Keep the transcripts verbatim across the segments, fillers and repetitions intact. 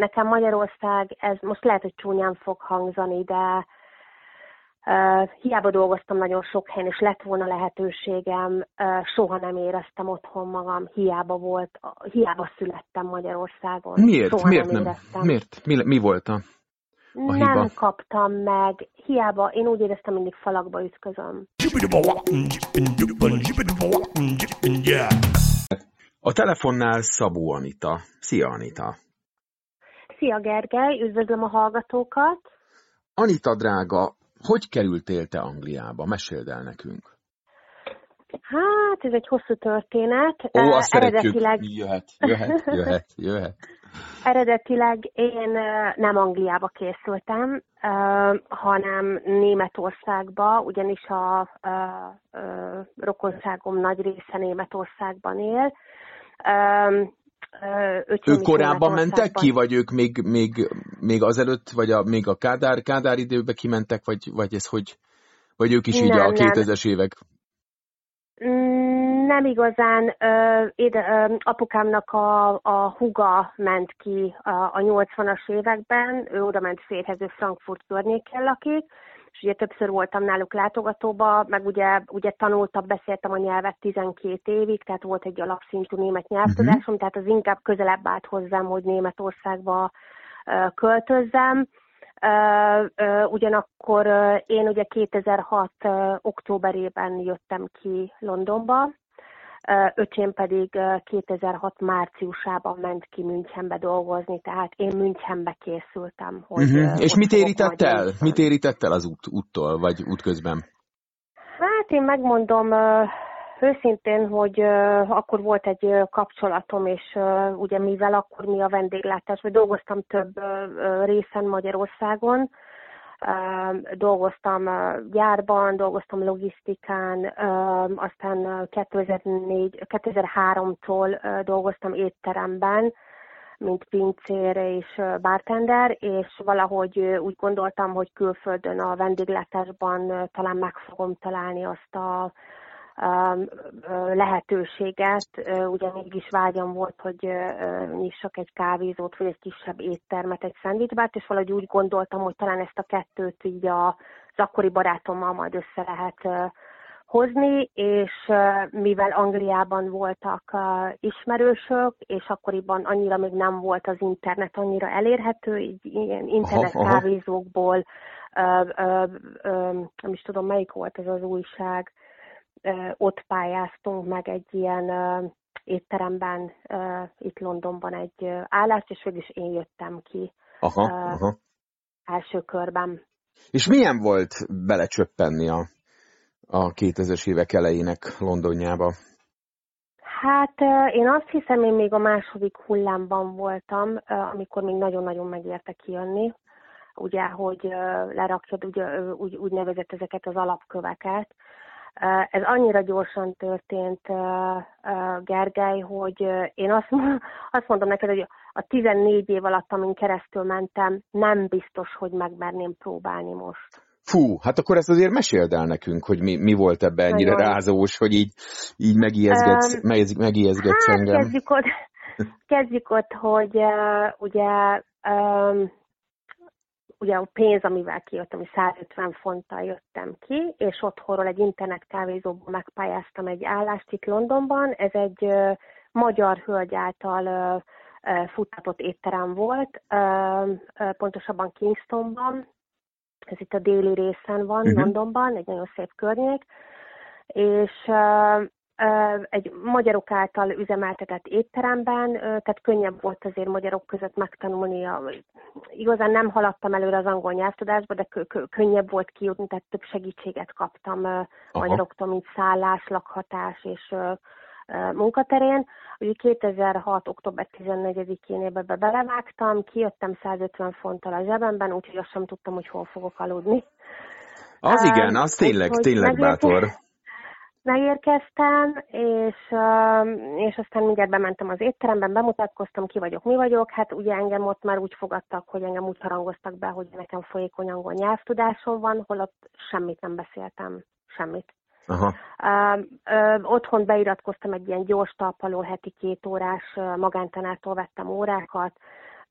nekem Magyarország, ez most lehet, hogy csúnyán fog hangzani, de uh, hiába dolgoztam nagyon sok helyen, és lett volna lehetőségem, uh, soha nem éreztem otthon magam, hiába volt, hiába születtem Magyarországon. Miért? Soha Miért nem nem? éreztem. Miért? Mi, mi volt a, a Nem hiba? kaptam meg, hiába, én úgy éreztem, mindig falakba ütközöm. A telefonnál Szabó Anita. Szia, Anita! Szia, Gergely, üdvözlöm a hallgatókat! Anita drága, hogy kerültél te Angliába? Meséld el nekünk. Hát, ez egy hosszú történet. Ó, azt eredetileg... szeretjük. Jöhet, jöhet, jöhet, jöhet. Eredetileg én nem Angliába készültem, hanem Németországba, ugyanis a, a, a rokonságom nagy része Németországban él. Ők korábban mentek ki, vagy ők még, még, még azelőtt, vagy a, még a Kádár, Kádár időben kimentek, vagy, vagy ez hogy, vagy ők is így nem, a kétezres évek? Nem igazán. Éde, apukámnak a, a húga ment ki a, a nyolcvanas években, ő oda ment férjhez, ő Frankfurt környéken lakik, és ugye többször voltam náluk látogatóba, meg ugye, ugye tanultam, beszéltem a nyelvet tizenkét évig, tehát volt egy alapszintű német nyelvtudásom, uh-huh. Tehát az inkább közelebb állt hozzám, hogy Németországba költözzem. Uh, uh, ugyanakkor uh, én ugye kétezer-hat uh, októberében jöttem ki Londonba, uh, öcsém pedig uh, kétezer-hat márciusában ment ki Münchenbe dolgozni, tehát én Münchenbe készültem. Hogy, uh-huh. uh, És mit érített el? Mit érített el az út, úttól, vagy útközben? Hát én megmondom... Uh, Őszintén, hogy uh, akkor volt egy uh, kapcsolatom, és uh, ugye mivel akkor mi a vendéglátásban dolgoztam több uh, részen Magyarországon, uh, dolgoztam uh, gyárban, dolgoztam logisztikán, uh, aztán uh, kétezer-négy, kétezer-háromtól uh, dolgoztam étteremben, mint pincér és uh, bartender, és valahogy uh, úgy gondoltam, hogy külföldön a vendéglátásban uh, talán meg fogom találni azt a lehetőséget, ugye mégis vágyam volt, hogy nyissak egy kávézót, vagy egy kisebb éttermet, egy szendvicsbárt, és valahogy úgy gondoltam, hogy talán ezt a kettőt így az akkori barátommal majd össze lehet hozni, és mivel Angliában voltak ismerősök, és akkoriban annyira még nem volt az internet annyira elérhető, így ilyen internet aha, kávézókból, aha. nem is tudom, melyik volt ez az újság, ott pályáztunk meg egy ilyen uh, étteremben, uh, itt Londonban egy uh, állást, és végül is én jöttem ki aha, uh, aha. első körben. És milyen volt belecsöppenni a, a kétezres évek elejének Londonjába? Hát uh, én azt hiszem, én még a második hullámban voltam, uh, amikor még nagyon-nagyon megérte kijönni. Ugye, hogy uh, lerakjad ugye, uh, úgy, úgy nevezett ezeket az alapköveket. Ez annyira gyorsan történt, Gergely, hogy én azt, azt mondom neked, hogy a tizennégy év alatt, amin keresztül mentem, nem biztos, hogy megmerném próbálni most. Fú, hát akkor ezt azért meséld el nekünk, hogy mi, mi volt ebben ennyire nagyon rázós, hogy így, így megijeszgetsz, um, megijeszgetsz hát engem. Kezdjük ott, kezdjük ott, hogy uh, ugye... Um, Ugye a pénz, amivel kijöttem, hogy százötven fonttal jöttem ki, és otthonról egy internet kávézóban megpályáztam egy állást itt Londonban. Ez egy uh, magyar hölgy által uh, uh, futtatott étterem volt, uh, uh, pontosabban Kingstonban. Ez itt a déli részen van, uh-huh. Londonban, egy nagyon szép környék. És uh, egy magyarok által üzemeltetett étteremben, tehát könnyebb volt azért magyarok között megtanulni. A, igazán nem haladtam előre az angol nyelvtudásba, de kö- könnyebb volt kijutni, tehát több segítséget kaptam aha. magyaroktól, mint szállás, lakhatás és munkaterén. Ugye kétezer-hat. október tizennegyedikén ebbe belevágtam, kijöttem százötven fonttal a zsebemben, úgyhogy azt sem tudtam, hogy hol fogok aludni. Az um, igen, az tényleg, tényleg bátor. Megérkeztem, és, és aztán mindjárt bementem az étteremben, bemutatkoztam, ki vagyok, mi vagyok. Hát ugye engem ott már úgy fogadtak, hogy engem úgy harangoztak be, hogy nekem folyékony angol nyelvtudásom van, holott semmit nem beszéltem, semmit. Aha. Ö, ö, otthon beiratkoztam egy ilyen gyors talpaló heti két órás magántanártól vettem órákat,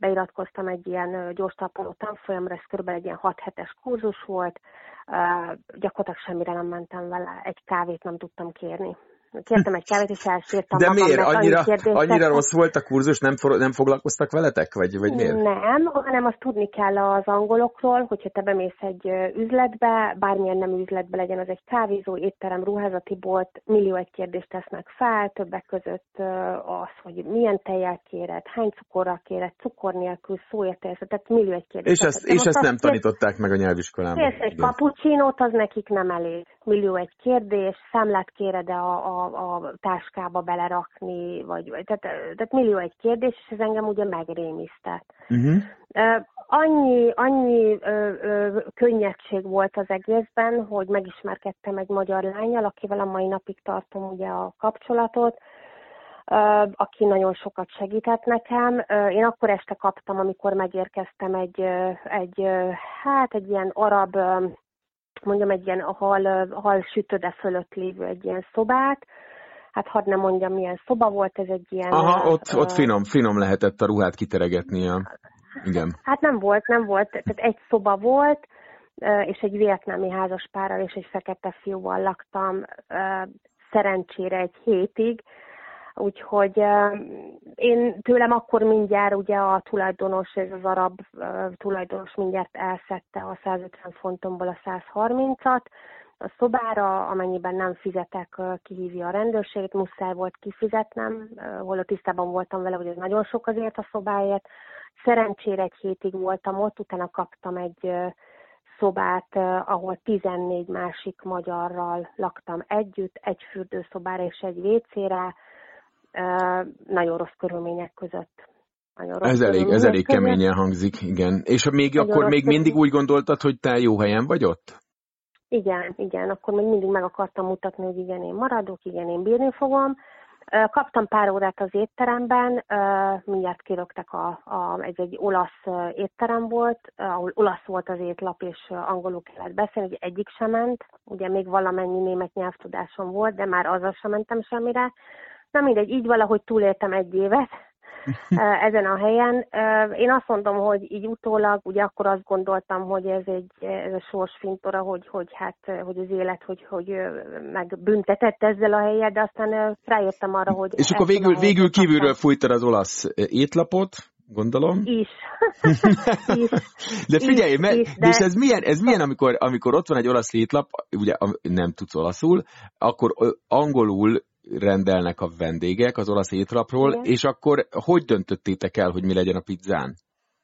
beiratkoztam egy ilyen gyorstalpaló tanfolyamra, ez körülbelül egy ilyen hat hetes kurzus volt, gyakorlatilag semmire nem mentem vele, egy kávét nem tudtam kérni. Kértem egy kávét, és elsírtam De magam, miért? Annyira, annyira tettem. rossz volt a kurzus, nem, for, nem foglalkoztak veletek? Vagy, vagy miért? Nem, hanem azt tudni kell az angolokról, hogyha te bemész egy üzletbe, bármilyen nem üzletbe legyen, az egy kávézó, étterem, ruházati bolt, millió egy kérdést tesznek fel, többek között az, hogy milyen tejjel kéred, hány cukorral kéred, cukor nélkül, szójatejes, tehát millió egy kérdést. És ezt, és ezt nem tanították meg a nyelviskolában. Kérsz egy kapucsinót, az nekik nem elég. Millió egy kérdés, számlát kéred-e a, a, a táskába belerakni, vagy, vagy tehát, tehát millió egy kérdés, és ez engem ugye megrémisztett. Uh-huh. Uh, annyi annyi uh, uh, könnyedség volt az egészben, hogy megismerkedtem egy magyar lánnyal, akivel a mai napig tartom ugye a kapcsolatot, uh, aki nagyon sokat segített nekem. Uh, én akkor este kaptam, amikor megérkeztem egy, uh, egy uh, hát egy ilyen arab, uh, mondjam, egy ilyen hal, hal sütöde fölött lévő egy ilyen szobát. Hát hadd nem mondjam, milyen szoba volt, ez egy ilyen... Aha, ott, uh, ott finom, finom lehetett a ruhát kiteregetnie. Igen. Hát nem volt, nem volt. Tehát egy szoba volt, uh, és egy vietnámi házaspárral és egy fekete fiúval laktam uh, szerencsére egy hétig. Úgyhogy uh, én tőlem akkor mindjárt ugye a tulajdonos, ez az arab uh, tulajdonos mindjárt elszedte a százötven fontomból a százharmincat a szobára, amennyiben nem fizetek, uh, kihívja a rendőrséget, muszáj volt kifizetnem, uh, holott tisztában voltam vele, hogy ez nagyon sok azért a szobáért. Szerencsére egy hétig voltam ott, utána kaptam egy uh, szobát, uh, ahol tizennégy másik magyarral laktam együtt, egy fürdőszobára és egy vécére, Uh, nagyon rossz körülmények között. Nagyon rossz ez elég, ez elég között. keményen hangzik, igen. És még nagyon akkor még mindig körülmény. úgy gondoltad, hogy te jó helyen vagy ott? Igen, igen. Akkor még mindig meg akartam mutatni, hogy igen, én maradok, igen, én bírni fogom. Uh, kaptam pár órát az étteremben, uh, mindjárt kirögtek, a, a, ez egy olasz uh, étterem volt, uh, ahol olasz volt az étlap, és uh, angolul kellett beszélni, ugye egyik sem ment, ugye még valamennyi német nyelvtudásom volt, de már azzal sem mentem semmire. Na mindegy, így valahogy túléltem egy évet ezen a helyen. Én azt mondom, hogy így utólag, ugye akkor azt gondoltam, hogy ez egy ez a sorsfintora, hogy, hogy hát, hogy az élet, hogy, hogy megbüntetett ezzel a helyen, de aztán rájöttem arra, hogy... És akkor végül, végül kívülről fújtad az olasz étlapot, gondolom. Is. is. De figyelj, is, mert, is, de... és ez milyen, ez milyen amikor, amikor ott van egy olasz étlap, ugye nem tudsz olaszul, akkor angolul rendelnek a vendégek az olasz étlapról, igen. És akkor hogy döntöttétek el, hogy mi legyen a pizzán?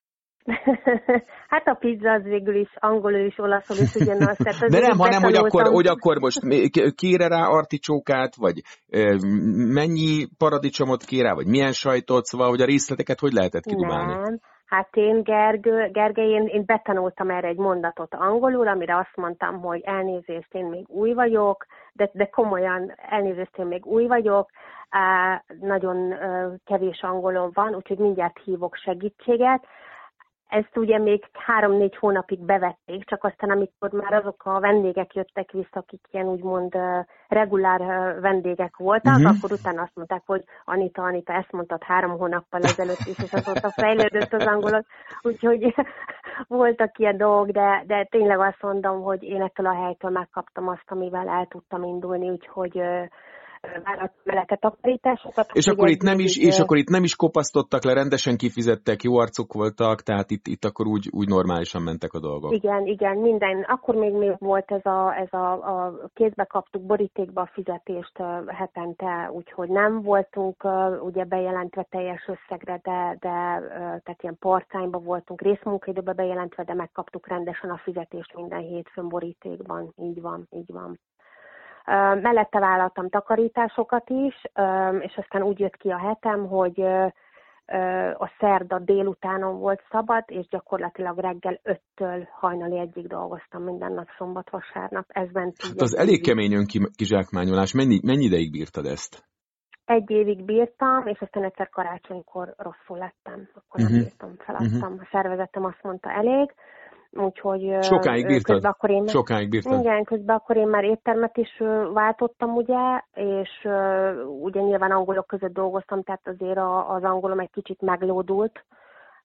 Hát a pizza az végül is angolul is, olaszul is ugyanaz. Tehát de nem, hanem hogy akkor, hogy akkor most kér rá articsókát, vagy mennyi paradicsomot kér rá, vagy milyen sajtot, szóval, hogy a részleteket hogy lehetett kidumálni? Nem. Hát én, Gergő, Gergely, én, én betanultam erre egy mondatot angolul, amire azt mondtam, hogy elnézést, én még új vagyok, de, de komolyan elnézést, én még új vagyok, á, nagyon uh, kevés angolom van, úgyhogy mindjárt hívok segítséget. Ezt ugye még három-négy hónapig bevették, csak aztán, amikor már azok a vendégek jöttek vissza, akik ilyen úgymond uh, regulár uh, vendégek voltak, uh-huh. akkor utána azt mondták, hogy Anita, Anita, ezt mondtad három hónappal ezelőtt is, és azóta fejlődött az angolod, úgyhogy voltak ilyen dolgok, de, de tényleg azt mondom, hogy én ettől a helytől megkaptam azt, amivel el tudtam indulni, úgyhogy uh, vállalatmeleket, takarításokat. És akkor, itt nem is, és akkor itt nem is kopasztottak le, rendesen kifizettek, jó arcok voltak, tehát itt, itt akkor úgy, úgy normálisan mentek a dolgok. Igen, igen, minden. Akkor még, még volt ez a, ez a, a kézbe kaptuk borítékba a fizetést uh, hetente, úgyhogy nem voltunk uh, ugye bejelentve teljes összegre, de, de uh, tehát ilyen part-time-ba voltunk, részmunkaidőbe bejelentve, de megkaptuk rendesen a fizetést minden hétfőn borítékban. Így van, így van. Uh, mellette vállaltam takarításokat is, uh, és aztán úgy jött ki a hetem, hogy uh, uh, a szerda délutánon volt szabad, és gyakorlatilag reggel öttől hajnali egyig dolgoztam minden nap, szombat, vasárnap. Ez ment így. Hát az elég kemény önkizsákmányolás. Mennyi, mennyi ideig bírtad ezt? Egy évig bírtam, és aztán egyszer karácsonykor rosszul lettem. Akkor uh-huh. nem bírtam, feladtam. Uh-huh. A szervezetem azt mondta, elég. Úgyhogy sokáig bírtad? Akkor én, sokáig bírtad? Igen, közben akkor én már éttermet is váltottam, ugye, és uh, ugye nyilván angolok között dolgoztam, tehát azért a, az angolom egy kicsit meglódult,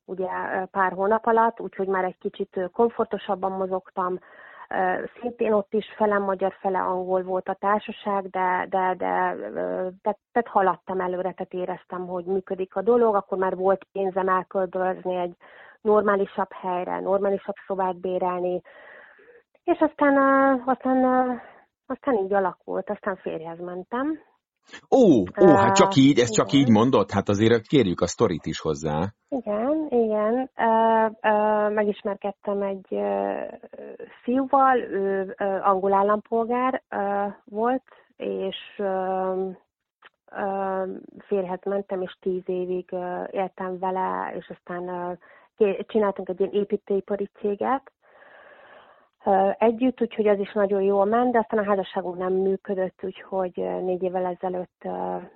ugye pár hónap alatt, úgyhogy már egy kicsit komfortosabban mozogtam. Szintén ott is fele magyar, fele angol volt a társaság, de, de, de de, de haladtam előre, tehát éreztem, hogy működik a dolog, akkor már volt pénzem elköltözni egy normálisabb helyre, normálisabb szobát bérelni, és aztán, aztán, aztán így alakult, aztán férjhez mentem. Ó, ó, hát csak így, ezt csak így mondod? Hát azért kérjük a sztorit is hozzá. Igen, igen. Megismerkedtem egy fiúval, ő angol állampolgár volt, és férjhez mentem, és tíz évig éltem vele, és aztán csináltunk egy ilyen építőipari céget együtt, úgyhogy az is nagyon jól ment, de aztán a házasságunk nem működött, úgyhogy négy évvel ezelőtt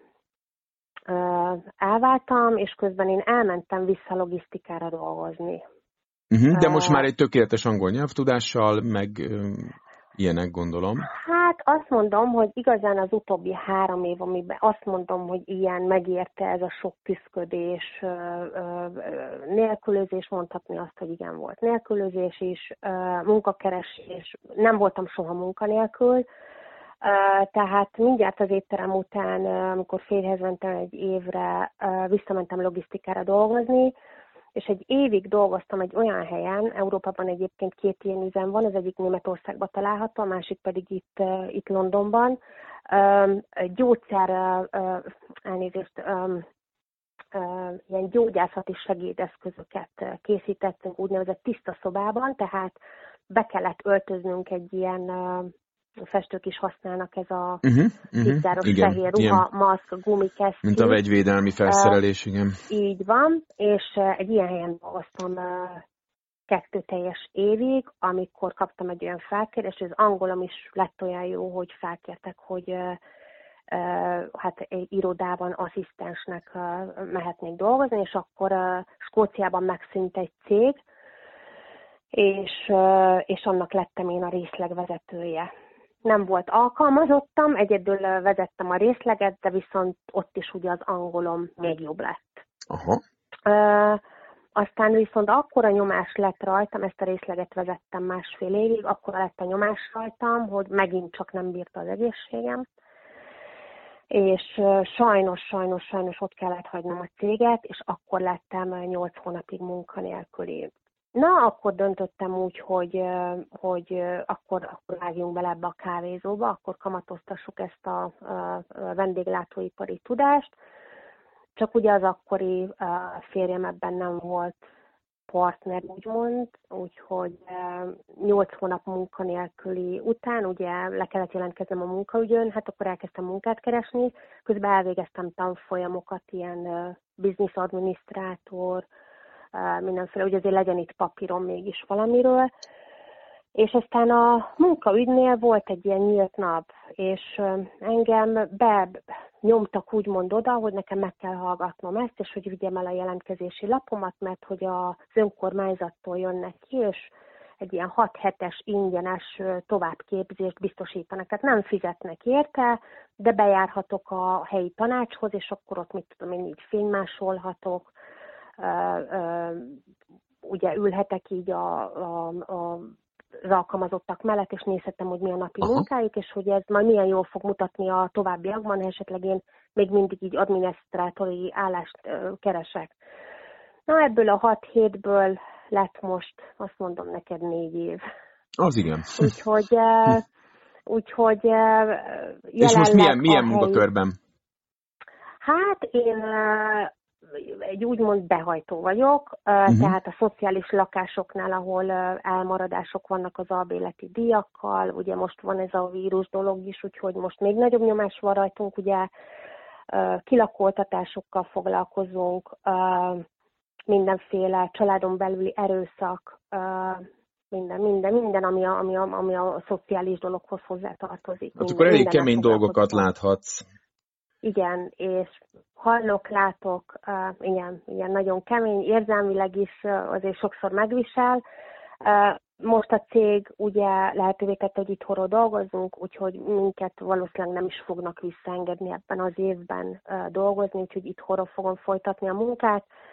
elváltam, és közben én elmentem vissza logisztikára dolgozni. Uh-huh, de most már egy tökéletes angol nyelvtudással, meg uh, ilyenek gondolom. Hát azt mondom, hogy igazán az utóbbi három év, amiben azt mondom, hogy ilyen megérte ez a sok küszködés, nélkülözés, mondhatni azt, hogy igen, volt nélkülözés is, munkakeresés, nem voltam soha munkanélkül, tehát mindjárt az étterem után, amikor férjhez mentem egy évre, visszamentem logisztikára dolgozni, és egy évig dolgoztam egy olyan helyen, Európában egyébként két ilyen üzem van, az egyik Németországban található, a másik pedig itt, itt Londonban. Gyógyszer, elnézést, ilyen gyógyászati segédeszközöket készítettünk úgynevezett tiszta szobában, tehát be kellett öltöznünk egy ilyen, festők is használnak, ez a uh-huh, uh-huh, igen, fehér ruha, maszk, gumikesztyű. Mint a vegyvédelmi felszerelés, uh, igen. Így van, és uh, egy ilyen helyen dolgoztam uh, kettő teljes évig, amikor kaptam egy olyan felkérést, és az angolom is lett olyan jó, hogy felkértek, hogy uh, uh, hát egy irodában asszisztensnek uh, mehetnék dolgozni, és akkor uh, Skóciában megszűnt egy cég, és, uh, és annak lettem én a részlegvezetője. Nem volt alkalmazottam, egyedül vezettem a részleget, de viszont ott is ugye az angolom még jobb lett. Aha. Ö, aztán viszont akkora nyomás lett rajtam, ezt a részleget vezettem másfél évig, akkora lett a nyomás rajtam, hogy megint csak nem bírta az egészségem. És sajnos, sajnos, sajnos ott kellett hagynom a céget, és akkor lettem nyolc hónapig munkanélküli. Na, akkor döntöttem úgy, hogy, hogy akkor, akkor vágjunk bele ebbe a kávézóba, akkor kamatoztassuk ezt a, a vendéglátóipari tudást. Csak ugye az akkori férjem ebben nem volt partner, úgymond, úgyhogy nyolc hónap munkanélküli után ugye le kellett jelentkeznem a munkaügyön, hát akkor elkezdtem munkát keresni, közben elvégeztem tanfolyamokat, ilyen business adminisztrátor, mindenféle, hogy azért legyen itt papírom mégis valamiről. És aztán a munkaügynél volt egy ilyen nyílt nap, és engem be nyomtak úgymond oda, hogy nekem meg kell hallgatnom ezt, és hogy vigyem el a jelentkezési lapomat, mert hogy az önkormányzattól jönnek ki, és egy ilyen hat hetes ingyenes továbbképzést biztosítanak. Tehát nem fizetnek érte, de bejárhatok a helyi tanácshoz, és akkor ott mit tudom én így fénymásolhatok, ugye ülhetek így a, a, a az alkalmazottak mellett, és nézhettem, hogy mi a napi Aha. munkájuk, és hogy ez majd milyen jól fog mutatni a továbbiakban, esetleg én még mindig így adminisztrátori állást keresek. Na, ebből a hat hétből lett most, azt mondom neked, négy év. Az igen. Úgyhogy, úgyhogy és most milyen, milyen munkakörben? Hát én egy úgymond behajtó vagyok, uh-huh. tehát a szociális lakásoknál, ahol elmaradások vannak az albérleti díjakkal, ugye most van ez a vírus dolog is, úgyhogy most még nagyobb nyomás van rajtunk, ugye kilakoltatásokkal foglalkozunk, mindenféle családon belüli erőszak, minden, minden, minden, ami a, ami a, ami a szociális dologhoz hozzátartozik. Hát akkor elég kemény dolgokat láthatsz. Igen, és hallok, látok, uh, igen, igen, nagyon kemény, érzelmileg is uh, azért sokszor megvisel. Uh, most a cég ugye lehetővé tette, hogy itthonról dolgozzunk, úgyhogy minket valószínűleg nem is fognak visszaengedni ebben az évben uh, dolgozni, úgyhogy itthonról fogom folytatni a munkát.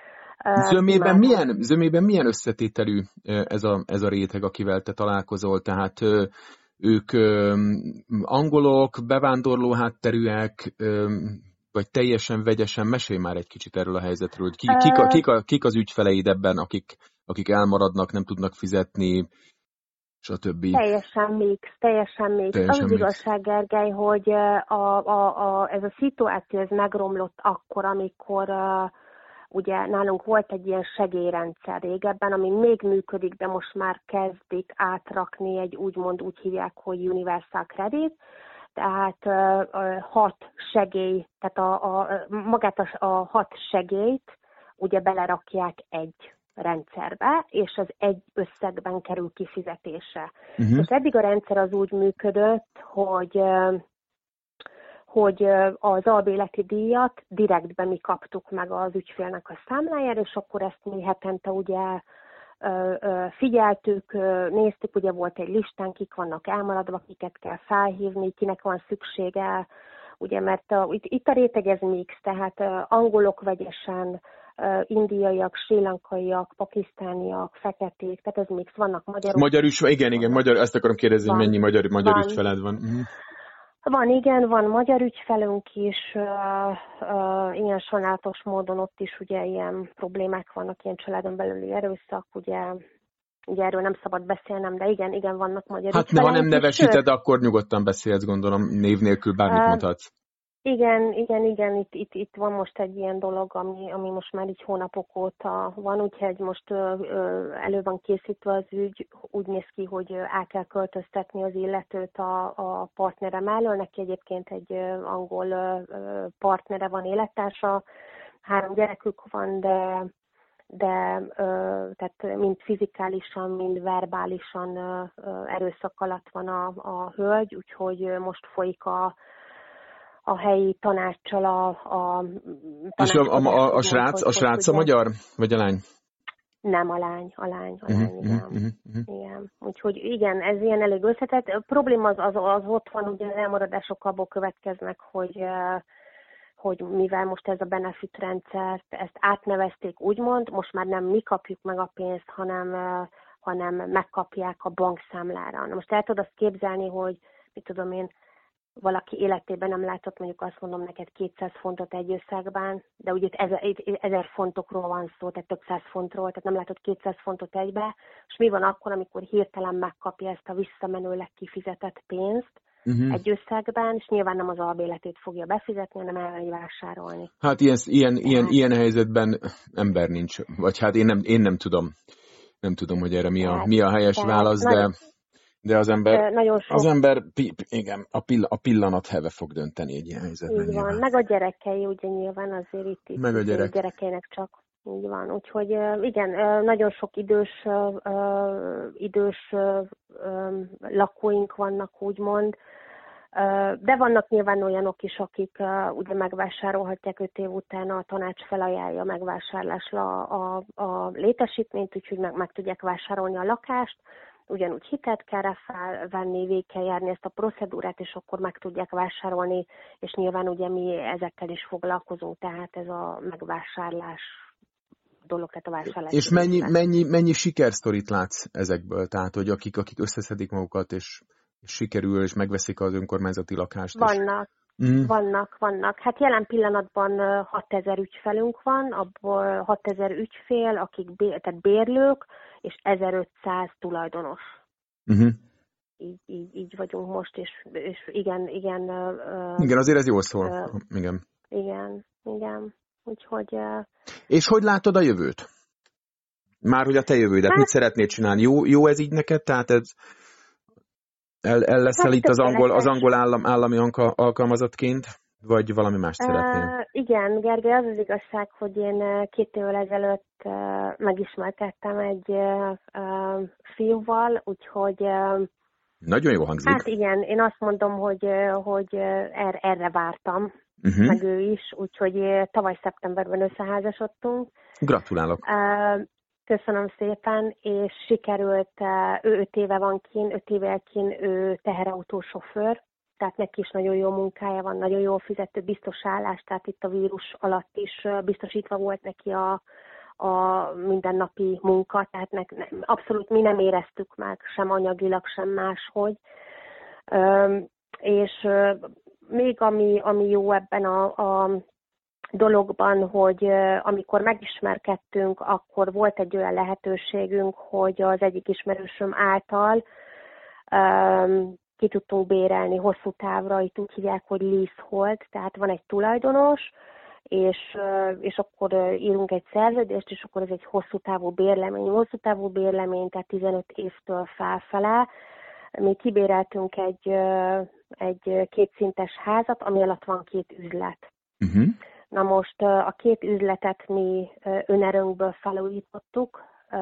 Zömében milyen, zömében milyen összetételű ez a, ez a réteg, akivel te találkozol? Tehát ők angolok, bevándorló hátterűek, vagy teljesen vegyesen? Mesélj már egy kicsit erről a helyzetről. Ki, kik, a, kik, a, kik az ügyfeleid ebben, akik, akik elmaradnak, nem tudnak fizetni, stb. Teljesen mix, teljesen mix. Teljesen az mix. Igazság, Gergely, hogy a, a, a, ez a szituáció ez megromlott akkor, amikor uh, ugye nálunk volt egy ilyen segélyrendszer régebben, ami még működik, de most már kezdik átrakni egy úgymond úgy hívják, hogy Universal Credit, tehát uh, hat segély, tehát a, a, magát a, a hat segélyt ugye belerakják egy rendszerbe, és az egy összegben kerül kifizetésre. Uh-huh. És eddig a rendszer az úgy működött, hogy, hogy az albéleti díjat direktben mi kaptuk meg az ügyfélnek a számlájára, és akkor ezt mi hetente ugye figyeltük, néztük, ugye volt egy listán, kik vannak elmaradva, kiket kell felhívni, kinek van szüksége, ugye, mert a, itt, itt a réteg ez mix, tehát angolok vegyesen, indiaiak, srilankaiak, pakisztániak, feketék, tehát ez mix, vannak magyarok. Magyar ügyfeled, igen, igen, magyar, ezt akarom kérdezni, van, mennyi magyar, magyar van, ügyfeled van. Uh-huh. Van, igen, van magyar ügyfelünk is, uh, uh, ilyen sajnálatos módon ott is ugye ilyen problémák vannak, ilyen családon belüli erőszak, ugye, ugye erről nem szabad beszélnem, de igen, igen, vannak magyar hát ügyfeleink. Hát ha nem nevesíted, akkor nyugodtan beszélsz, gondolom, név nélkül bármit uh, mondhatsz. Igen, igen, igen, itt, itt, itt van most egy ilyen dolog, ami, ami most már így hónapok óta van, úgyhogy most ö, ö, elő van készítve az ügy, úgy néz ki, hogy el kell költöztetni az illetőt a, a partnere mellől, neki egyébként egy ö, angol ö, partnere van, élettársa, három gyerekük van, de, de ö, tehát mind fizikálisan, mind verbálisan ö, ö, erőszak alatt van a, a hölgy, úgyhogy most folyik a a helyi tanáccsal a, a És a, a, a, a srác, a srác a magyar? Vagy a lány? Nem, a lány, a lány, a lány, uh-huh, igen. Uh-huh, uh-huh. igen. Úgyhogy igen, ez ilyen elég összetett. A probléma az, az, az ott van, ugye az elmaradások abból következnek, hogy, hogy mivel most ez a benefit rendszert, ezt átnevezték úgymond, most már nem mi kapjuk meg a pénzt, hanem, hanem megkapják a bankszámlára. Na most el tudod azt képzelni, hogy mit tudom én, valaki életében nem látott, mondjuk azt mondom neked kétszáz fontot egy összegben, de ugye itt ezer, ezer fontokról van szó, tehát több száz fontról, tehát nem látott kétszáz fontot egybe, és mi van akkor, amikor hirtelen megkapja ezt a visszamenőleg kifizetett pénzt uh-huh. egy összegben, és nyilván nem az albéletét fogja befizetni, hanem elmegy vásárolni. Hát ilyen, ilyen, ilyen, ilyen helyzetben ember nincs, vagy hát én nem, én nem tudom, nem tudom, hogy erre mi a, mi a helyes tehát, válasz, de... Nagyon... De az ember, az ember igen, a, pill, a pillanat heve fog dönteni egy ilyen helyzetben. Így van, meg a gyerekei ugye nyilván azért itt, itt meg a gyerek. gyerekeinek csak így van. Úgyhogy igen, nagyon sok idős, idős lakóink vannak úgymond, de vannak nyilván olyanok is, akik ugye megvásárolhatják öt év után, a tanács felajánlja a megvásárlásra a, a, a létesítményt, úgyhogy meg, meg tudják vásárolni a lakást. Ugyanúgy hitet kell rá felvenni, végig kell járni ezt a procedúrát, és akkor meg tudják vásárolni, és nyilván ugye mi ezekkel is foglalkozunk, tehát ez a megvásárlás dolog, tehát a vásárlás. És mennyi, mennyi, mennyi sikersztorit látsz ezekből? Tehát, hogy akik, akik összeszedik magukat, és, és sikerül, és megveszik az önkormányzati lakást? Vannak. Mm. Vannak, vannak. Hát jelen pillanatban hatezer ügyfelünk van, abból hatezer ügyfél, akik bé, tehát bérlők, és ezerötszáz tulajdonos. Uh-huh. Így, így, így vagyunk most, és, és igen, igen. Uh, igen, azért ez jól szól. Uh, igen. Igen, igen. Úgyhogy... Uh, és hogy látod a jövőt? Már hogy a te jövődet, hát, mit szeretnéd csinálni? Jó, jó ez így neked? Tehát ez... El, el leszel hát itt az angol, az angol állam, állami alkalmazottként, vagy valami más szeretnél? Uh, igen, Gergely, az az igazság, hogy én két évvel ezelőtt uh, megismertettem egy uh, uh, fiúval, úgyhogy... Uh, Nagyon jó hangzik. Hát igen, én azt mondom, hogy, hogy er, erre vártam, uh-huh. meg ő is, úgyhogy tavaly szeptemberben összeházasodtunk. Gratulálok! Uh, Köszönöm szépen, és sikerült, ő öt éve van kín, öt éve kín, ő teherautósofőr, tehát neki is nagyon jó munkája van, nagyon jól fizető, biztos állás, tehát itt a vírus alatt is biztosítva volt neki a, a mindennapi munka, tehát ne, ne, abszolút mi nem éreztük meg, sem anyagilag, sem máshogy. Üm, és még ami, ami jó ebben a, a dologban, hogy amikor megismerkedtünk, akkor volt egy olyan lehetőségünk, hogy az egyik ismerősöm által um, ki tudtunk bérelni hosszú távra, itt úgy hívják, hogy leasehold, tehát van egy tulajdonos, és, és akkor írunk egy szerződést, és akkor ez egy hosszú távú bérlemény, hosszú távú bérlemény, tehát tizenöt évtől felfele. Mi kibéreltünk egy, egy kétszintes házat, ami alatt van két üzlet. Uh-huh. Na most a két üzletet mi önerőnkből felújítottuk,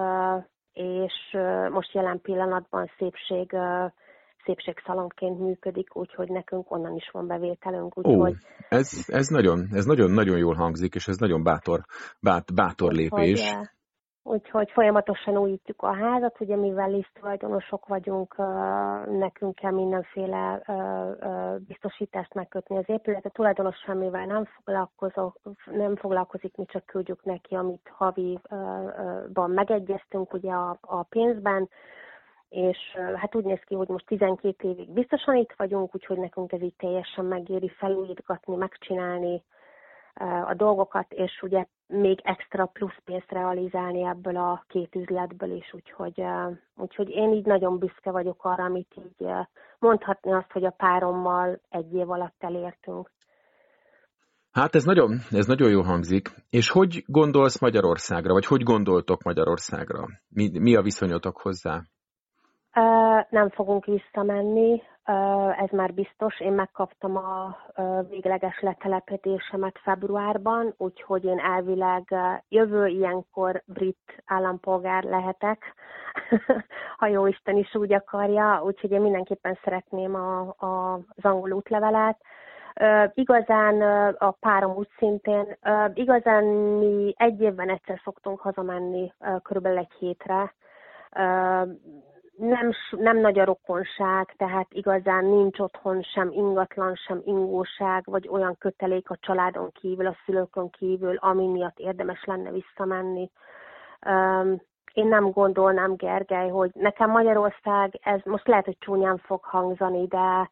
és most jelen pillanatban szépség, szépségszalonként működik, úgyhogy nekünk onnan is van bevételünk. Úgyhogy... Ó, ez, ez nagyon, ez nagyon-nagyon jól hangzik, és ez nagyon bátor, bát, bátor lépés. Úgyhogy, úgyhogy folyamatosan újítjuk a házat, ugye mivel liszttulajdonosok vagyunk, nekünk kell mindenféle biztosítást megkötni az épületet. A tulajdonos semmivel nem, nem foglalkozik, mi csak küldjük neki, amit haviban megegyeztünk ugye a, a pénzben, és hát úgy néz ki, hogy most tizenkét évig biztosan itt vagyunk, úgyhogy nekünk ez így teljesen megéri felújítgatni, megcsinálni a dolgokat, és ugye még extra plusz pénzt realizálni ebből a két üzletből is, úgyhogy, úgyhogy én így nagyon büszke vagyok arra, amit így mondhatni azt, hogy a párommal egy év alatt elértünk. Hát ez nagyon, ez nagyon jó hangzik. És hogy gondolsz Magyarországra, vagy hogy gondoltok Magyarországra? Mi, mi a viszonyotok hozzá? Uh, nem fogunk visszamenni, uh, ez már biztos. Én megkaptam a uh, végleges letelepedésemet februárban, úgyhogy én elvileg uh, jövő ilyenkor brit állampolgár lehetek, ha jóisten is úgy akarja, úgyhogy én mindenképpen szeretném a, a, az angol útlevelet. Uh, igazán uh, a párom úgy szintén, uh, igazán mi egy évben egyszer szoktunk hazamenni, uh, körülbelül egy hétre. Uh, Nem, nem nagy a rokonság, tehát igazán nincs otthon sem ingatlan, sem ingóság, vagy olyan kötelék a családon kívül, a szülőkön kívül, ami miatt érdemes lenne visszamenni. Én nem gondolnám, Gergely, hogy nekem Magyarország, ez most lehet, hogy csúnyán fog hangzani, de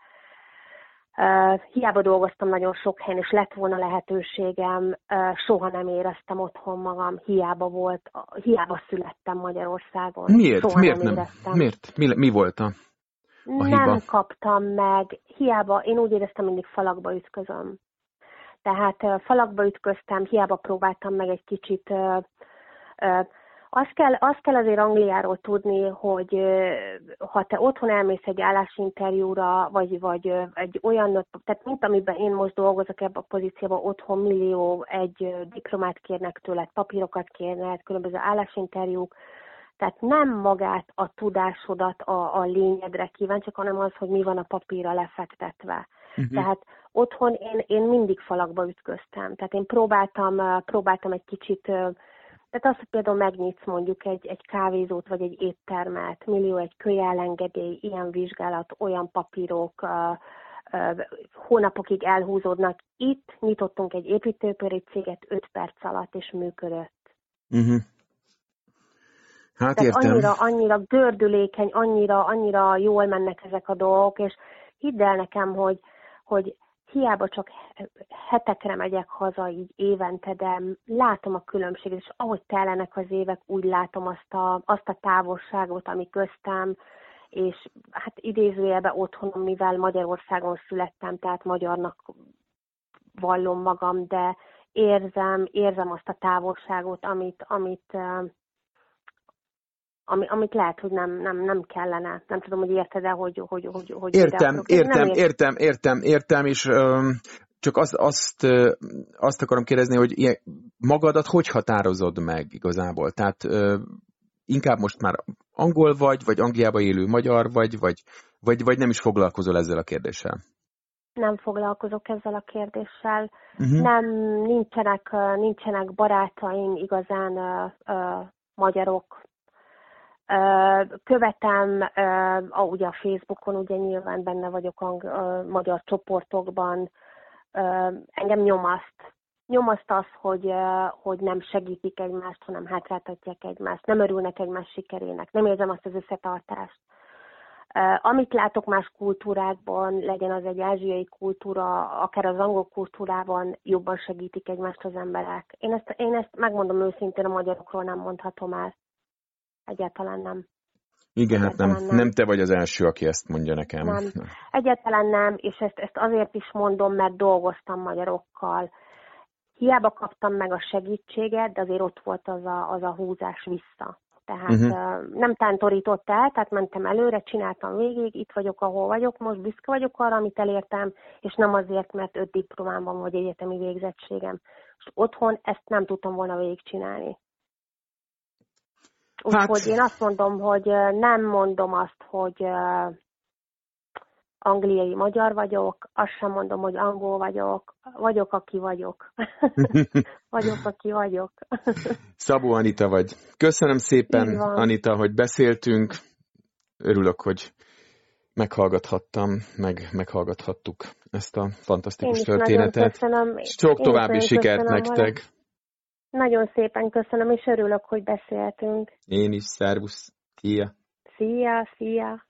Uh, hiába dolgoztam nagyon sok helyen, és lett volna lehetőségem, uh, soha nem éreztem otthon magam, hiába volt, uh, hiába születtem Magyarországon. Miért? Soha Miért nem nem? éreztem. Miért? Mi, mi volt a, a nem hiba? Nem kaptam meg, hiába, én úgy éreztem, mindig falakba ütközöm. Tehát uh, falakba ütköztem, hiába próbáltam meg egy kicsit... Uh, uh, Azt kell, azt kell azért Angliáról tudni, hogy ha te otthon elmész egy állásinterjúra, vagy, vagy egy olyan, tehát mint amiben én most dolgozok ebben a pozícióban, otthon millió, egy diplomát kérnek tőled, papírokat kérnek, különböző állásinterjúk, tehát nem magát a tudásodat a, a lényedre kíváncsiak, hanem az, hogy mi van a papírra lefektetve. Uh-huh. Tehát otthon én, én mindig falakba ütköztem, tehát én próbáltam, próbáltam egy kicsit... Tehát azt, hogy például megnyitsz mondjuk egy, egy kávézót, vagy egy éttermet, millió egy kölyellengedély, ilyen vizsgálat, olyan papírok, uh, uh, hónapokig elhúzódnak. Itt nyitottunk egy építőipari céget öt perc alatt, és működött. Uh-huh. Hát Tehát értem. annyira, annyira gördülékeny, annyira, annyira jól mennek ezek a dolgok, és hidd el nekem, hogy, hogy hiába csak hetekre megyek haza így évente, de látom a különbséget, és ahogy tellenek az évek, úgy látom azt a, azt a távolságot, ami köztem, és hát idézőjelben otthonom, mivel Magyarországon születtem, tehát magyarnak vallom magam, de érzem, érzem azt a távolságot, amit, amit, ami, amit lehet, hogy nem, nem, nem kellene. Nem tudom, hogy érted-e, hogy... hogy, hogy, hogy értem, értem, értem, értem, értem, és um, csak azt, azt, azt akarom kérdezni, hogy ilyen, magadat hogy határozod meg igazából? Tehát uh, inkább most már angol vagy, vagy Angliába élő magyar vagy, vagy, vagy, vagy nem is foglalkozol ezzel a kérdéssel? Nem foglalkozok ezzel a kérdéssel. Uh-huh. Nem, nincsenek, nincsenek barátaim igazán uh, uh, magyarok. Követem, uh, ugye a Facebookon, ugye nyilván benne vagyok a uh, magyar csoportokban, uh, engem nyomaszt, nyomaszt az, hogy, hogy nem segítik egymást, hanem hátráltatják egymást, nem örülnek egymás sikerének, nem érzem azt az összetartást. Amit látok más kultúrákban, legyen az egy ázsiai kultúra, akár az angol kultúrában jobban segítik egymást az emberek. Én ezt, én ezt megmondom őszintén, a magyarokról nem mondhatom el. Egyáltalán nem. Igen, hát nem, nem. nem te vagy az első, aki ezt mondja nekem. Nem. Egyáltalán nem, és ezt, ezt azért is mondom, mert dolgoztam magyarokkal. Hiába kaptam meg a segítséget, de azért ott volt az a, az a húzás vissza. Tehát uh-huh. nem tántorított el, tehát mentem előre, csináltam végig, itt vagyok, ahol vagyok, most büszke vagyok arra, amit elértem, és nem azért, mert öt diplomám van, vagy egyetemi végzettségem. És otthon ezt nem tudtam volna végigcsinálni. Úgyhogy hát... én azt mondom, hogy nem mondom azt, hogy angliai magyar vagyok, azt sem mondom, hogy angol vagyok, vagyok, aki vagyok. vagyok, aki vagyok. Szabó Anita vagy. Köszönöm szépen, Anita, hogy beszéltünk. Örülök, hogy meghallgathattam, meg meghallgathattuk ezt a fantasztikus történetet. Sok további sikert nektek. Hogy... Nagyon szépen köszönöm, és örülök, hogy beszéltünk. Én is, szervusz. Szia. Szia, szia.